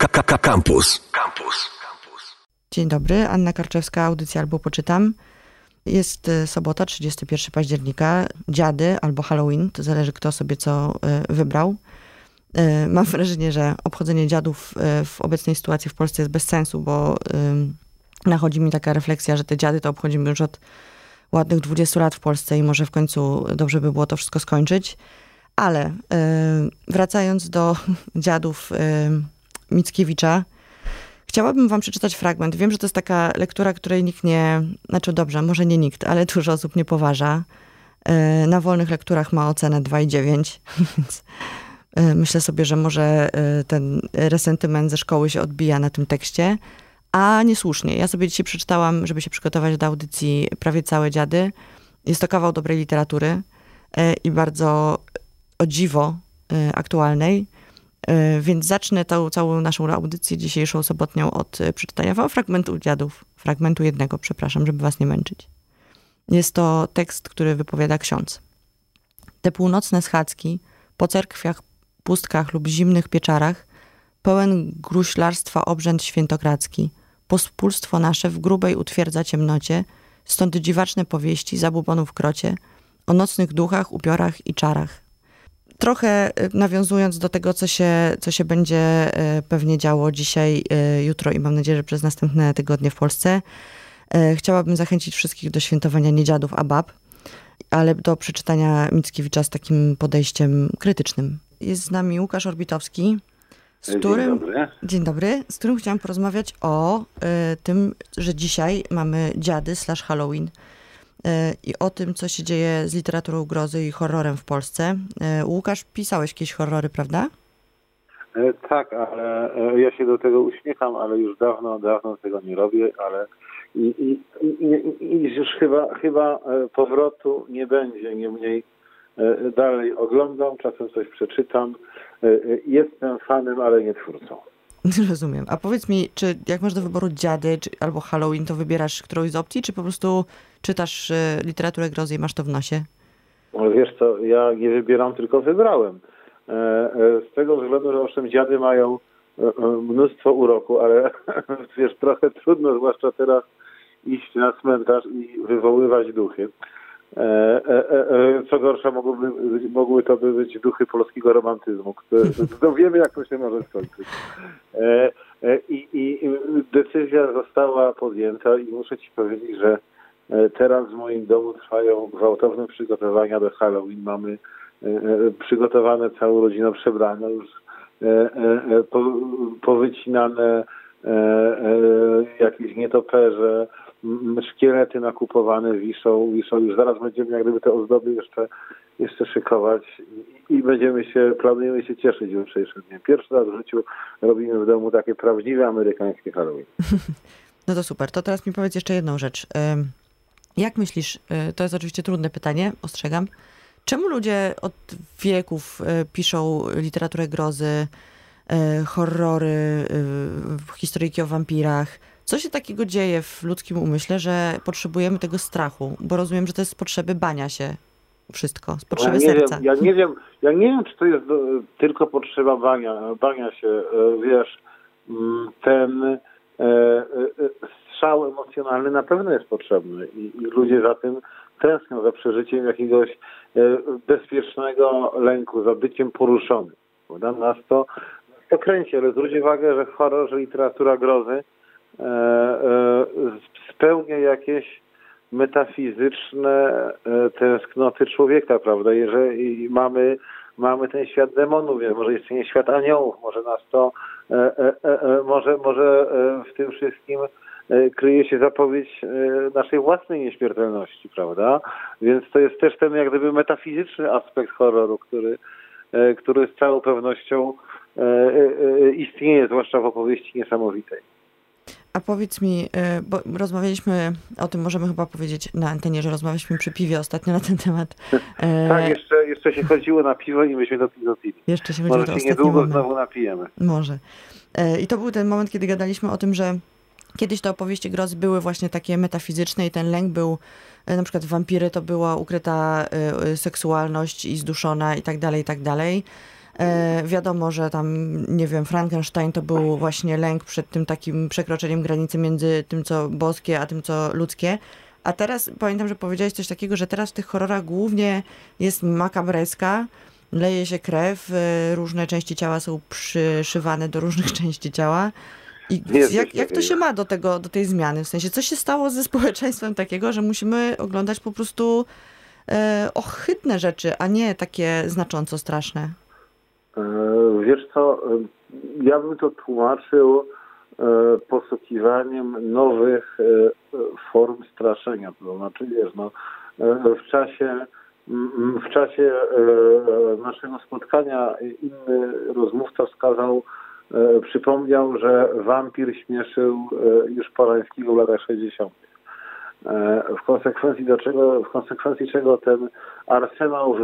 Campus. Dzień dobry, Anna Karczewska, audycja Albo Poczytam. Jest sobota, 31 października, dziady albo Halloween, to zależy kto sobie co wybrał. Mam wrażenie, że obchodzenie dziadów w obecnej sytuacji w Polsce jest bez sensu, bo nachodzi mi taka refleksja, że te dziady to obchodzimy już od ładnych 20 lat w Polsce i może w końcu dobrze by było to wszystko skończyć. Ale wracając do dziadów Mickiewicza, chciałabym wam przeczytać fragment. Wiem, że to jest taka lektura, której nikt nie... Znaczy dobrze, może nie nikt, ale dużo osób nie poważa. Na wolnych lekturach ma ocenę 2,9, więc myślę sobie, że może ten resentyment ze szkoły się odbija na tym tekście, a niesłusznie. Ja sobie dzisiaj przeczytałam, żeby się przygotować do audycji, prawie całe dziady. Jest to kawał dobrej literatury i bardzo o dziwo aktualnej. Więc zacznę tą całą naszą audycję dzisiejszą sobotnią od przeczytania wam fragmentu jednego, przepraszam, żeby was nie męczyć. Jest to tekst, który wypowiada ksiądz. Te północne schadzki po cerkwiach, pustkach lub zimnych pieczarach, pełen gruślarstwa obrzęd świętokradzki, pospólstwo nasze w grubej utwierdza ciemnocie, stąd dziwaczne powieści zabubonu w krocie, o nocnych duchach, upiorach i czarach. Trochę nawiązując do tego, co się będzie pewnie działo dzisiaj, jutro i mam nadzieję, że przez następne tygodnie w Polsce, chciałabym zachęcić wszystkich do świętowania nie dziadów, a bab, ale do przeczytania Mickiewicza z takim podejściem krytycznym. Jest z nami Łukasz Orbitowski, Dzień dobry, z którym chciałam porozmawiać o tym, że dzisiaj mamy dziady / Halloween. I o tym, co się dzieje z literaturą grozy i horrorem w Polsce. Łukasz, pisałeś jakieś horrory, prawda? Tak, ale ja się do tego uśmiecham, ale już dawno tego nie robię, ale i już chyba powrotu nie będzie. Niemniej dalej oglądam, czasem coś przeczytam. Jestem fanem, ale nie twórcą. Rozumiem. A powiedz mi, czy jak masz do wyboru dziady albo Halloween, to wybierasz którąś z opcji, czy po prostu czytasz literaturę grozy i masz to w nosie? Wiesz co, ja nie wybieram, tylko wybrałem. Z tego względu, że owszem, dziady mają mnóstwo uroku, ale wiesz, trochę trudno, zwłaszcza teraz, iść na cmentarz i wywoływać duchy. Co gorsza, mogły to być duchy polskiego romantyzmu. No wiemy, jak to się może skończyć. I decyzja została podjęta i muszę ci powiedzieć, że teraz w moim domu trwają gwałtowne przygotowania do Halloween. Mamy przygotowane całą rodziną przebrane, już powycinane jakieś nietoperze, szkielety nakupowane wiszą. Już zaraz będziemy jak gdyby te ozdoby jeszcze szykować i planujemy się cieszyć jutrzejszym dniem. Pierwszy raz w życiu robimy w domu takie prawdziwe amerykańskie Halloween. No to super. To teraz mi powiedz jeszcze jedną rzecz. Jak myślisz, to jest oczywiście trudne pytanie, ostrzegam, czemu ludzie od wieków piszą literaturę grozy, horrory, historyjki o wampirach? Co się takiego dzieje w ludzkim umyśle, że potrzebujemy tego strachu? Bo rozumiem, że to jest z potrzeby bania się wszystko, z potrzeby serca. Ja nie wiem, czy to jest tylko potrzeba bania się. Wiesz, ten strzał emocjonalny na pewno jest potrzebny i ludzie za tym tęsknią, za przeżyciem jakiegoś bezpiecznego lęku, za byciem poruszonym. Nas to kręci, ale zwróć uwagę, że horror, że literatura grozy spełnia jakieś metafizyczne tęsknoty człowieka, prawda? Jeżeli mamy ten świat demonów, może istnieje świat aniołów, może nas to może w tym wszystkim kryje się zapowiedź naszej własnej nieśmiertelności, prawda? Więc to jest też ten jak gdyby metafizyczny aspekt horroru, który z całą pewnością istnieje, zwłaszcza w opowieści niesamowitej. A powiedz mi, bo rozmawialiśmy o tym, możemy chyba powiedzieć na antenie, że rozmawialiśmy przy piwie ostatnio na ten temat. Tak, jeszcze się chodziło na piwo i myśmy do piwa pili. Jeszcze się chodziło. Może się niedługo znowu napijemy. Może. I to był ten moment, kiedy gadaliśmy o tym, że kiedyś te opowieści grozy były właśnie takie metafizyczne i ten lęk był, na przykład wampiry to była ukryta seksualność i zduszona i tak dalej, i tak dalej. Wiadomo, że tam, nie wiem, Frankenstein to był właśnie lęk przed tym takim przekroczeniem granicy między tym, co boskie, a tym, co ludzkie. A teraz pamiętam, że powiedziałeś coś takiego, że teraz w tych horrorach głównie jest makabreska, leje się krew, różne części ciała są przyszywane do różnych części ciała. I jak to się ma do tej zmiany? W sensie, co się stało ze społeczeństwem takiego, że musimy oglądać po prostu ohydne rzeczy, a nie takie znacząco straszne? Wiesz co, ja bym to tłumaczył poszukiwaniem nowych form straszenia. To znaczy, wiesz, no, w czasie naszego spotkania inny rozmówca przypomniał, że wampir śmieszył już Polańskiego w latach 60. W konsekwencji czego ten arsenał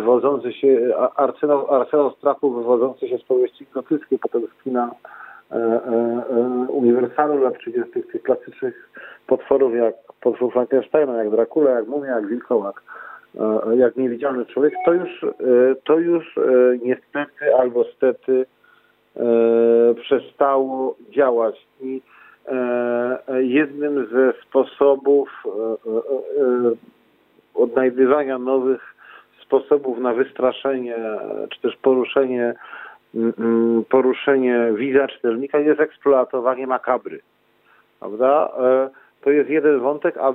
strachu wywodzący się z powieści gotyckiej, potem z kina Uniwersalu lat 30., tych klasycznych potworów jak potwór Frankensteina, jak Dracula, jak Mumia, jak Wilkołak, jak Niewidzialny Człowiek, to już niestety albo stety przestało działać. I jednym ze sposobów odnajdywania nowych sposobów na wystraszenie, czy też poruszenie widza czytelnika jest eksploatowanie makabry. Prawda? To jest jeden wątek, a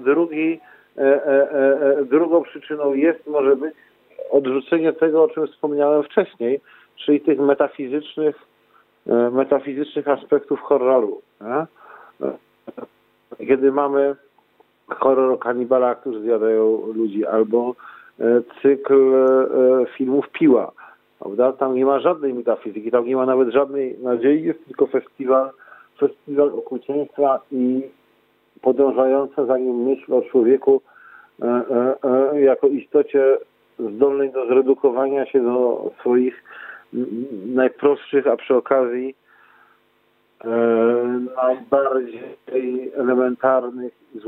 drugą przyczyną może być odrzucenie tego, o czym wspomniałem wcześniej, czyli tych metafizycznych aspektów horroru. Nie? Kiedy mamy horror o kanibalach, którzy zjadają ludzi, albo cykl filmów Piła, prawda? Tam nie ma żadnej metafizyki, tam nie ma nawet żadnej nadziei, jest tylko festiwal okrucieństwa i podążająca za nim myśl o człowieku jako istocie zdolnej do zredukowania się do swoich najprostszych, a przy okazji najbardziej elementarnych i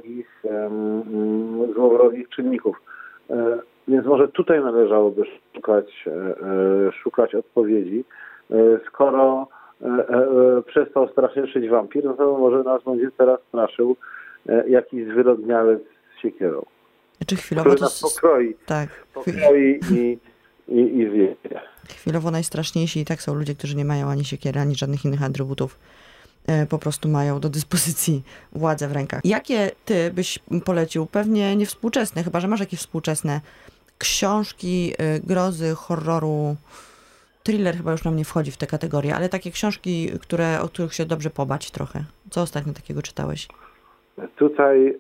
złowrogich czynników. Więc może tutaj należałoby szukać odpowiedzi. Skoro przestał straszyć wampir, no to może nas będzie teraz straszył jakiś zwyrodnialec z siekierą. Czy chwilowo który to nas pokroić i zje. Chwilowo najstraszniejsi i tak są ludzie, którzy nie mają ani siekiery, ani żadnych innych atrybutów. Po prostu mają do dyspozycji władzę w rękach. Jakie ty byś polecił? Pewnie nie współczesne, chyba że masz jakieś współczesne książki grozy, horroru. Thriller chyba już nam nie wchodzi w tę kategorię, ale takie książki, o których się dobrze pobać trochę. Co ostatnio takiego czytałeś? Tutaj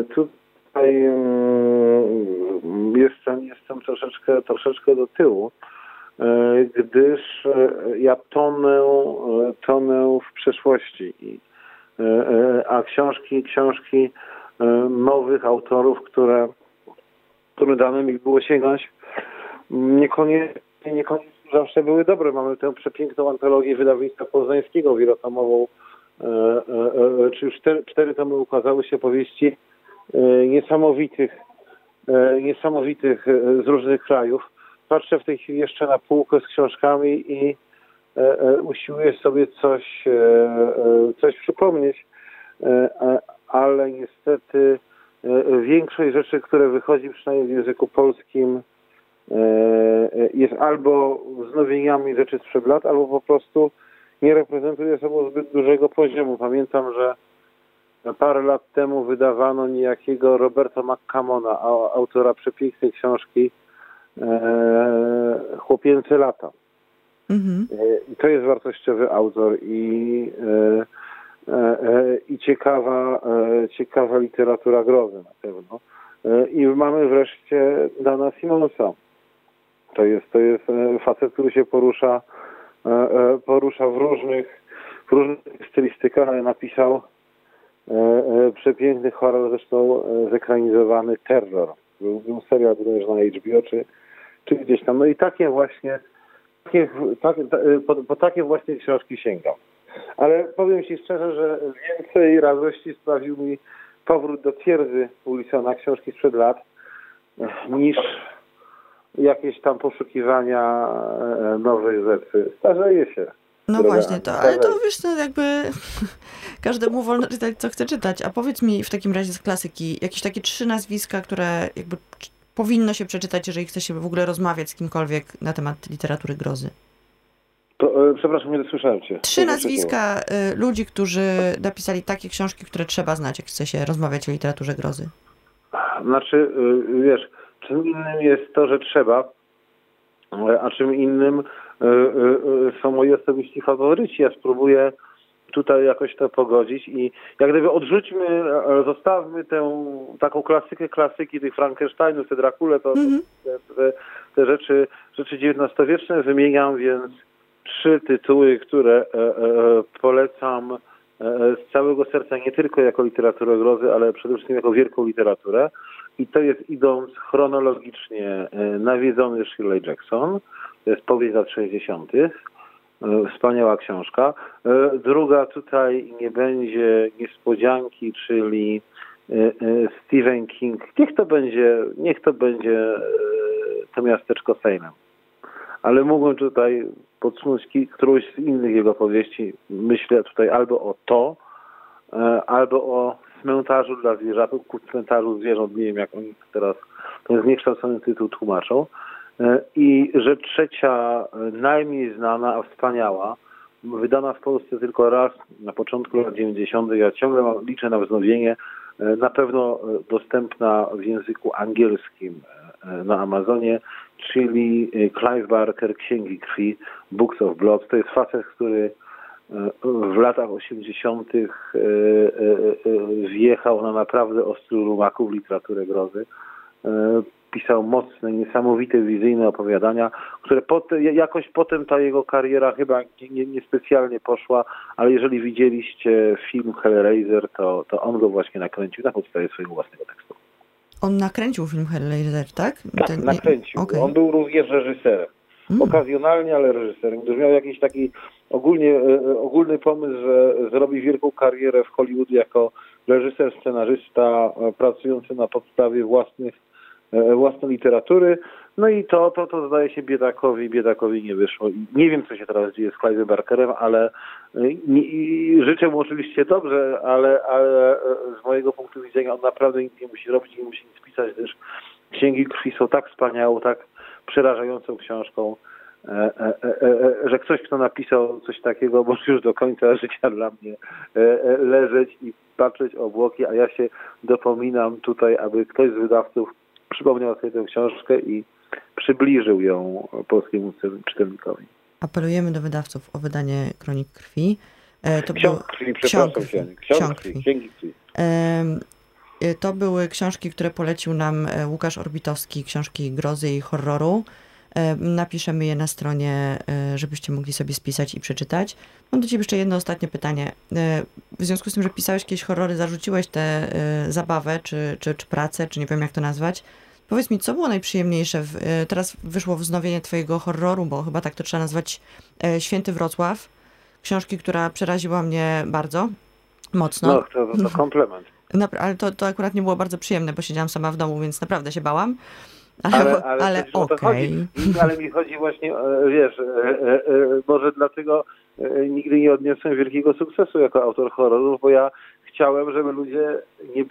jestem troszeczkę do tyłu, gdyż ja tonę w przeszłości. A książki nowych autorów, które dane mi było sięgnąć, niekoniecznie zawsze były dobre. Mamy tę przepiękną antologię wydawnictwa poznańskiego, wielotomową, czy już 4 tomy ukazały się powieści niesamowitych z różnych krajów. Patrzę w tej chwili jeszcze na półkę z książkami i usiłuję sobie coś przypomnieć, ale niestety większość rzeczy, które wychodzi przynajmniej w języku polskim, jest albo wznowieniami rzeczy sprzed lat, albo po prostu nie reprezentuje sobą zbyt dużego poziomu. Pamiętam, że parę lat temu wydawano niejakiego Roberta McCammona, autora przepięknej książki Chłopięce lata. Mhm. I to jest wartościowy autor i ciekawa literatura grozy na pewno. I mamy wreszcie Dana Simonsa. To jest facet, który się porusza w różnych stylistykach, ale napisał przepiękny horror, zresztą zekranizowany Terror. Był serial również na HBO, czy gdzieś tam. No i po takie właśnie książki sięgam. Ale powiem Ci szczerze, że więcej radości sprawił mi powrót do Twierdzy Wilsona, książki sprzed lat, niż jakieś tam poszukiwania nowych rzeczy. Starzeje się. No właśnie, ale to wiesz, to jakby każdemu wolno czytać, co chce czytać. A powiedz mi w takim razie z klasyki, jakieś takie 3 nazwiska, które jakby powinno się przeczytać, jeżeli chce się w ogóle rozmawiać z kimkolwiek na temat literatury grozy. Przepraszam, nie dosłyszałem cię. 3 nazwiska ludzi, którzy napisali takie książki, które trzeba znać, jak chce się rozmawiać o literaturze grozy. Znaczy, wiesz, czym innym jest to, że trzeba, a czym innym są moi osobiści faworyci. Ja spróbuję tutaj jakoś to pogodzić i jak gdyby zostawmy tę taką klasyki tych Frankensteinów, te Drakule, te rzeczy XIX-wieczne wymieniam, więc 3 tytuły, które polecam z całego serca, nie tylko jako literaturę grozy, ale przede wszystkim jako wielką literaturę. I to jest, idąc chronologicznie, Nawiedzony Shirley Jackson. To jest powieść z lat 60. Wspaniała książka. Druga tutaj nie będzie niespodzianki, czyli Stephen King. Niech to będzie To miasteczko Salem. Ale mógłbym tutaj podsunąć którąś z innych jego powieści. Myślę tutaj albo o Cmentarzu dla zwierzaków, ku Cmentarzu zwierząt. Nie wiem, jak oni teraz ten zniekształcony tytuł tłumaczą. I że trzecia, najmniej znana, a wspaniała, wydana w Polsce tylko raz na początku lat 90. Ja ciągle liczę na wznowienie, na pewno dostępna w języku angielskim na Amazonie, czyli Clive Barker, Księgi Krwi, Books of Blood. To jest facet, który w latach 80. wjechał na naprawdę ostry rumaku w literaturę grozy. Pisał mocne, niesamowite, wizyjne opowiadania, które jakoś potem ta jego kariera chyba niespecjalnie poszła, ale jeżeli widzieliście film Hellraiser, to on go właśnie nakręcił na podstawie swojego własnego tekstu. On nakręcił film Hellraiser, tak? Tak, nakręcił. Okay. On był również reżyserem. Okazjonalnie, ale reżyserem. Gdyż miał jakiś taki ogólny pomysł, że zrobi wielką karierę w Hollywood jako reżyser, scenarzysta, pracujący na podstawie własnej literatury. No i to zdaje się biedakowi nie wyszło. I nie wiem, co się teraz dzieje z Clive'em Barkerem, ale życzę mu oczywiście dobrze, ale z mojego punktu widzenia on naprawdę nic nie musi robić, nie musi nic pisać, gdyż Księgi Krwi są tak wspaniałą, tak przerażającą książką, że ktoś, kto napisał coś takiego, może już do końca życia dla mnie leżeć i patrzeć obłoki, a ja się dopominam tutaj, aby ktoś z wydawców przypomniał sobie tę książkę i przybliżył ją polskiemu czytelnikowi. Apelujemy do wydawców o wydanie Kronik Krwi. Księgi Krwi. To były książki, które polecił nam Łukasz Orbitowski, książki grozy i horroru. Napiszemy je na stronie, żebyście mogli sobie spisać i przeczytać. Mam do ciebie jeszcze jedno ostatnie pytanie. W związku z tym, że pisałeś kiedyś horrory, zarzuciłeś tę zabawę, czy pracę, czy nie wiem jak to nazwać. Powiedz mi, co było najprzyjemniejsze? Teraz wyszło wznowienie twojego horroru, bo chyba tak to trzeba nazwać, Święty Wrocław. Książki, która przeraziła mnie bardzo mocno. No, to komplement. Ale to akurat nie było bardzo przyjemne, bo siedziałam sama w domu, więc naprawdę się bałam. Ale okej. Ale mi chodzi właśnie, wiesz, może dlatego nigdy nie odniosłem wielkiego sukcesu jako autor horrorów, bo ja chciałem, żeby ludzie nie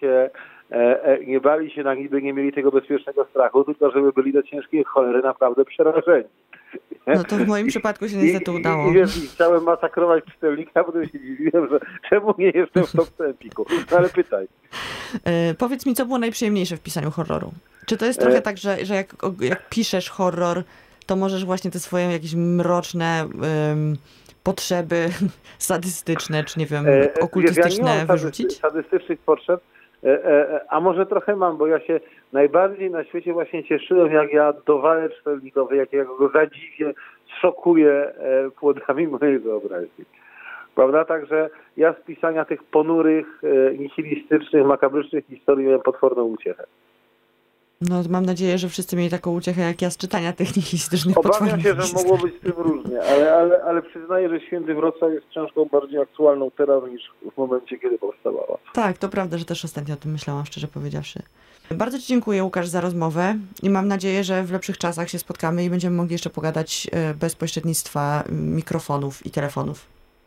bali się, niby nie mieli tego bezpiecznego strachu, tylko żeby byli do ciężkiej cholery naprawdę przerażeni. No to w moim przypadku się niestety udało. I chciałem masakrować czytelnika, potem się dziwiłem, że czemu nie jestem w top Empiku. No ale pytaj. Powiedz mi, co było najprzyjemniejsze w pisaniu horroru? Czy to jest trochę tak, że jak piszesz horror, to możesz właśnie te swoje jakieś mroczne potrzeby sadystyczne, czy nie wiem, okultystyczne wyrzucić? Sadystycznych potrzeb, a może trochę mam, bo ja się najbardziej na świecie właśnie cieszyłem, jak ja dowalę czytelnikowi, jak ja go zadziwię, szokuję płodami mojej wyobraźni. Prawda? Także ja z pisania tych ponurych, nihilistycznych, makabrycznych historii miałem potworną uciechę. No mam nadzieję, że wszyscy mieli taką uciechę jak ja z czytania tych nihilistycznych potwornych. Obawiam się, że mogło być z tym różnie, ale przyznaję, że Święty Wrocław jest książką bardziej aktualną teraz niż w momencie, kiedy powstawała. Tak, to prawda, że też ostatnio o tym myślałam, szczerze powiedziawszy. Bardzo Ci dziękuję, Łukasz, za rozmowę i mam nadzieję, że w lepszych czasach się spotkamy i będziemy mogli jeszcze pogadać bez pośrednictwa mikrofonów i telefonów.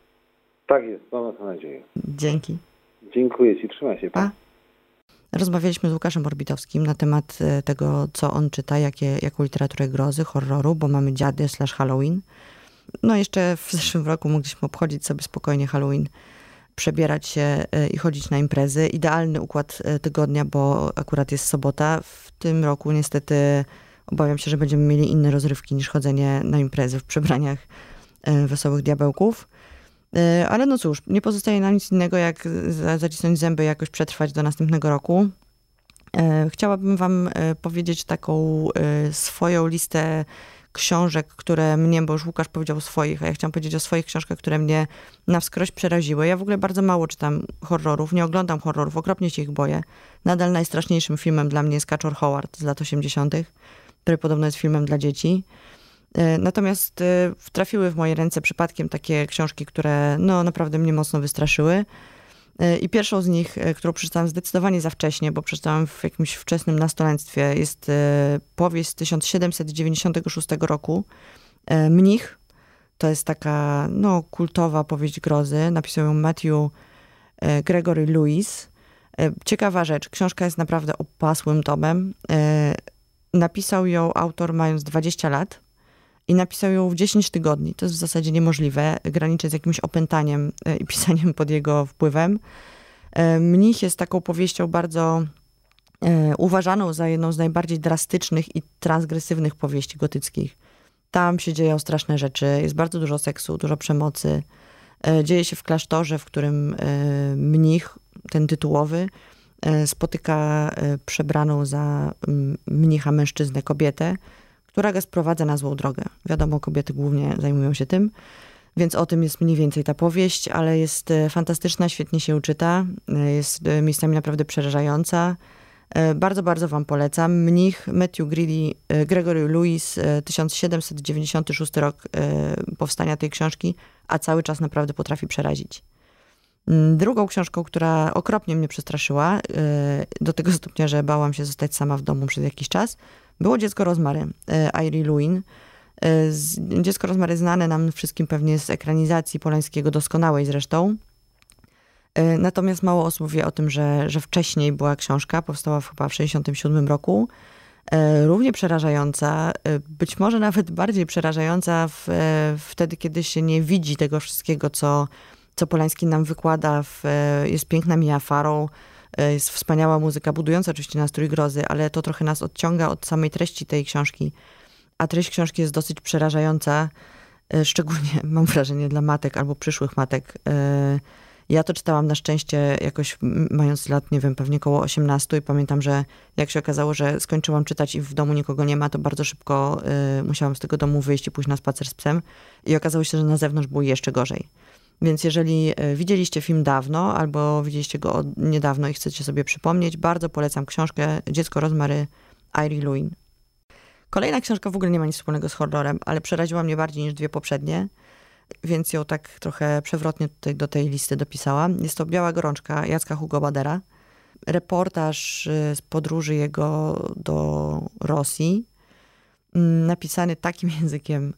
Tak jest, mam na to nadzieję. Dzięki. Dziękuję Ci, trzymaj się Pan. Rozmawialiśmy z Łukaszem Orbitowskim na temat tego, co on czyta, jaką literaturę grozy, horroru, bo mamy Dziady / Halloween. No jeszcze w zeszłym roku mogliśmy obchodzić sobie spokojnie Halloween, przebierać się i chodzić na imprezy. Idealny układ tygodnia, bo akurat jest sobota. W tym roku niestety obawiam się, że będziemy mieli inne rozrywki niż chodzenie na imprezy w przebraniach wesołych diabełków. Ale no cóż, nie pozostaje nam nic innego, jak zacisnąć zęby i jakoś przetrwać do następnego roku. Chciałabym wam powiedzieć taką swoją listę książek, które mnie, bo już Łukasz powiedział o swoich, a ja chciałam powiedzieć o swoich książkach, które mnie na wskroś przeraziły. Ja w ogóle bardzo mało czytam horrorów, nie oglądam horrorów, okropnie się ich boję. Nadal najstraszniejszym filmem dla mnie jest Kaczor Howard z lat 80., który podobno jest filmem dla dzieci. Natomiast trafiły w moje ręce przypadkiem takie książki, które no, naprawdę mnie mocno wystraszyły. I pierwszą z nich, którą przeczytałam zdecydowanie za wcześnie, bo przeczytałam w jakimś wczesnym nastolenstwie, jest powieść z 1796 roku. Mnich. To jest taka no, kultowa powieść grozy. Napisał ją Matthew Gregory Lewis. Ciekawa rzecz, książka jest naprawdę opasłym tomem. Napisał ją autor mając 20 lat. I napisał ją w 10 tygodni. To jest w zasadzie niemożliwe. Graniczy z jakimś opętaniem i pisaniem pod jego wpływem. Mnich jest taką powieścią bardzo uważaną za jedną z najbardziej drastycznych i transgresywnych powieści gotyckich. Tam się dzieją straszne rzeczy. Jest bardzo dużo seksu, dużo przemocy. Dzieje się w klasztorze, w którym mnich, ten tytułowy, spotyka przebraną za mnicha mężczyznę kobietę, która go sprowadza na złą drogę. Wiadomo, kobiety głównie zajmują się tym, więc o tym jest mniej więcej ta powieść, ale jest fantastyczna, świetnie się czyta, jest miejscami naprawdę przerażająca. Bardzo, bardzo wam polecam. Mnich Matthew Gregory Lewis, 1796 rok powstania tej książki, a cały czas naprawdę potrafi przerazić. Drugą książką, która okropnie mnie przestraszyła, do tego stopnia, że bałam się zostać sama w domu przez jakiś czas, było Dziecko Rozmary, Iry Lewin. Dziecko Rozmary znane nam wszystkim pewnie z ekranizacji Polańskiego, doskonałej zresztą. Natomiast mało osób wie o tym, że wcześniej była książka, powstała chyba w 1967 roku. Równie przerażająca, być może nawet bardziej przerażająca wtedy, kiedy się nie widzi tego wszystkiego, co Polański nam wykłada. Jest piękna Mia Farrow, jest wspaniała muzyka, budująca oczywiście nastrój grozy, ale to trochę nas odciąga od samej treści tej książki. A treść książki jest dosyć przerażająca, szczególnie mam wrażenie dla matek albo przyszłych matek. Ja to czytałam na szczęście jakoś mając lat, nie wiem, pewnie koło 18 i pamiętam, że jak się okazało, że skończyłam czytać i w domu nikogo nie ma, to bardzo szybko musiałam z tego domu wyjść i pójść na spacer z psem i okazało się, że na zewnątrz było jeszcze gorzej. Więc jeżeli widzieliście film dawno albo widzieliście go niedawno i chcecie sobie przypomnieć, bardzo polecam książkę Dziecko Rozmary Iry Lewin. Kolejna książka w ogóle nie ma nic wspólnego z horrorem, ale przeraziła mnie bardziej niż dwie poprzednie, więc ją tak trochę przewrotnie tutaj do tej listy dopisałam. Jest to Biała gorączka Jacka Hugo Badera. Reportaż z podróży jego do Rosji, napisany takim językiem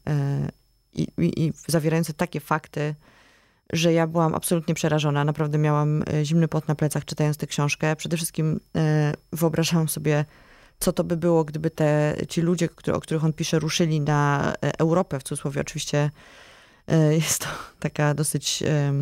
i zawierający takie fakty, że ja byłam absolutnie przerażona. Naprawdę miałam zimny pot na plecach, czytając tę książkę. Przede wszystkim wyobrażałam sobie, co to by było, gdyby ci ludzie, o których on pisze, ruszyli na Europę, w cudzysłowie oczywiście. Jest to taka dosyć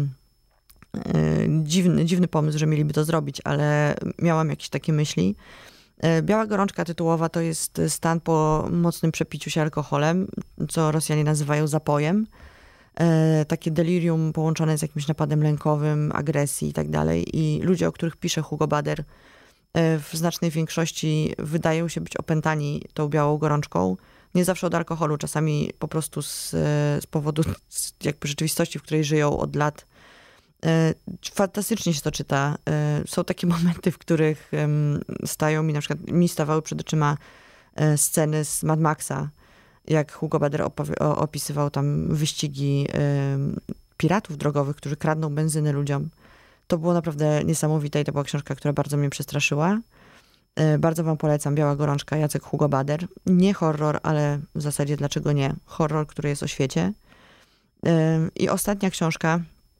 dziwny pomysł, że mieliby to zrobić, ale miałam jakieś takie myśli. Biała gorączka tytułowa to jest stan po mocnym przepiciu się alkoholem, co Rosjanie nazywają zapojem. Takie delirium połączone z jakimś napadem lękowym, agresji i tak dalej. I ludzie, o których pisze Hugo Bader, w znacznej większości wydają się być opętani tą białą gorączką. Nie zawsze od alkoholu, czasami po prostu z powodu jakby rzeczywistości, w której żyją od lat. Fantastycznie się to czyta. Są takie momenty, w których na przykład mi stawały przed oczyma sceny z Mad Maxa, jak Hugo Bader opisywał tam wyścigi piratów drogowych, którzy kradną benzynę ludziom. To było naprawdę niesamowite i to była książka, która bardzo mnie przestraszyła. Bardzo wam polecam Biała gorączka, Jacek Hugo Bader. Nie horror, ale w zasadzie dlaczego nie? Horror, który jest o świecie. I ostatnia książka,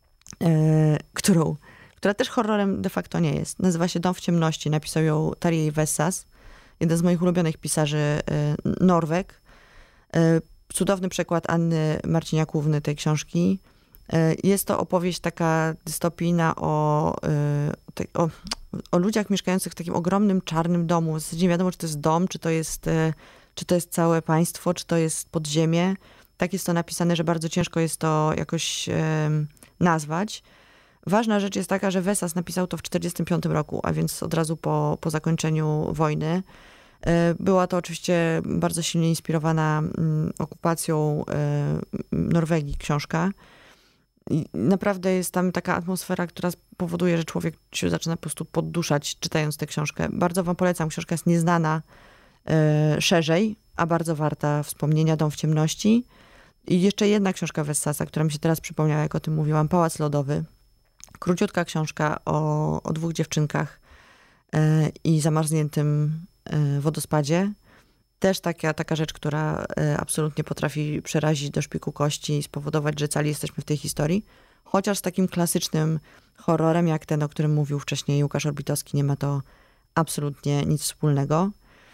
która też horrorem de facto nie jest. Nazywa się Dom w ciemności. Napisał ją Tarjei Vessas, jeden z moich ulubionych pisarzy Norweg. Cudowny przekład Anny Marciniakówny tej książki. Jest to opowieść taka dystopijna o ludziach mieszkających w takim ogromnym, czarnym domu. W zasadzie nie wiadomo, czy to jest dom, czy to jest całe państwo, czy to jest podziemie. Tak jest to napisane, że bardzo ciężko jest to jakoś nazwać. Ważna rzecz jest taka, że Vessas napisał to w 1945 roku, a więc od razu po zakończeniu wojny. Była to oczywiście bardzo silnie inspirowana okupacją Norwegii książka. I naprawdę jest tam taka atmosfera, która powoduje, że człowiek się zaczyna po prostu podduszać, czytając tę książkę. Bardzo wam polecam. Książka jest nieznana szerzej, a bardzo warta wspomnienia. Dom w ciemności. I jeszcze jedna książka Vessasa, która mi się teraz przypomniała, jak o tym mówiłam. Pałac lodowy. Króciutka książka o dwóch dziewczynkach i zamarzniętym wodospadzie. Też taka rzecz, która absolutnie potrafi przerazić do szpiku kości i spowodować, że cali jesteśmy w tej historii. Chociaż z takim klasycznym horrorem, jak ten, o którym mówił wcześniej Łukasz Orbitowski, nie ma to absolutnie nic wspólnego.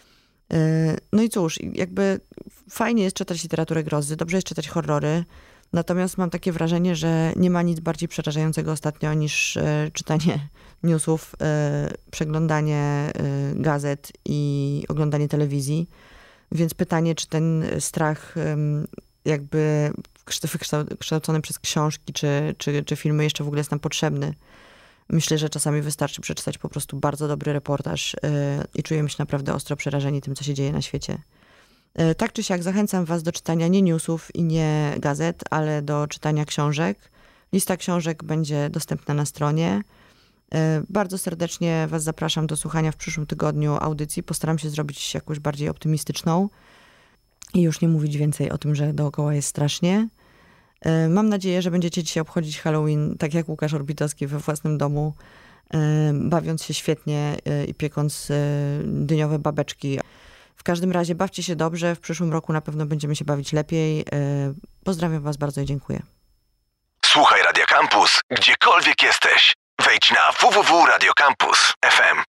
No i cóż, jakby fajnie jest czytać literaturę grozy, dobrze jest czytać horrory, natomiast mam takie wrażenie, że nie ma nic bardziej przerażającego ostatnio niż czytanie newsów, przeglądanie gazet i oglądanie telewizji. Więc pytanie, czy ten strach jakby wykształcony przez książki czy filmy jeszcze w ogóle jest nam potrzebny. Myślę, że czasami wystarczy przeczytać po prostu bardzo dobry reportaż i czujemy się naprawdę ostro przerażeni tym, co się dzieje na świecie. Tak czy siak zachęcam was do czytania nie newsów i nie gazet, ale do czytania książek. Lista książek będzie dostępna na stronie. Bardzo serdecznie was zapraszam do słuchania w przyszłym tygodniu audycji. Postaram się zrobić jakąś bardziej optymistyczną i już nie mówić więcej o tym, że dookoła jest strasznie. Mam nadzieję, że będziecie dzisiaj obchodzić Halloween tak jak Łukasz Orbitowski we własnym domu, bawiąc się świetnie i piekąc dyniowe babeczki. W każdym razie bawcie się dobrze. W przyszłym roku na pewno będziemy się bawić lepiej. Pozdrawiam was bardzo i dziękuję. Słuchaj Radia Campus, gdziekolwiek jesteś. Wejdź na www.radiocampus.fm.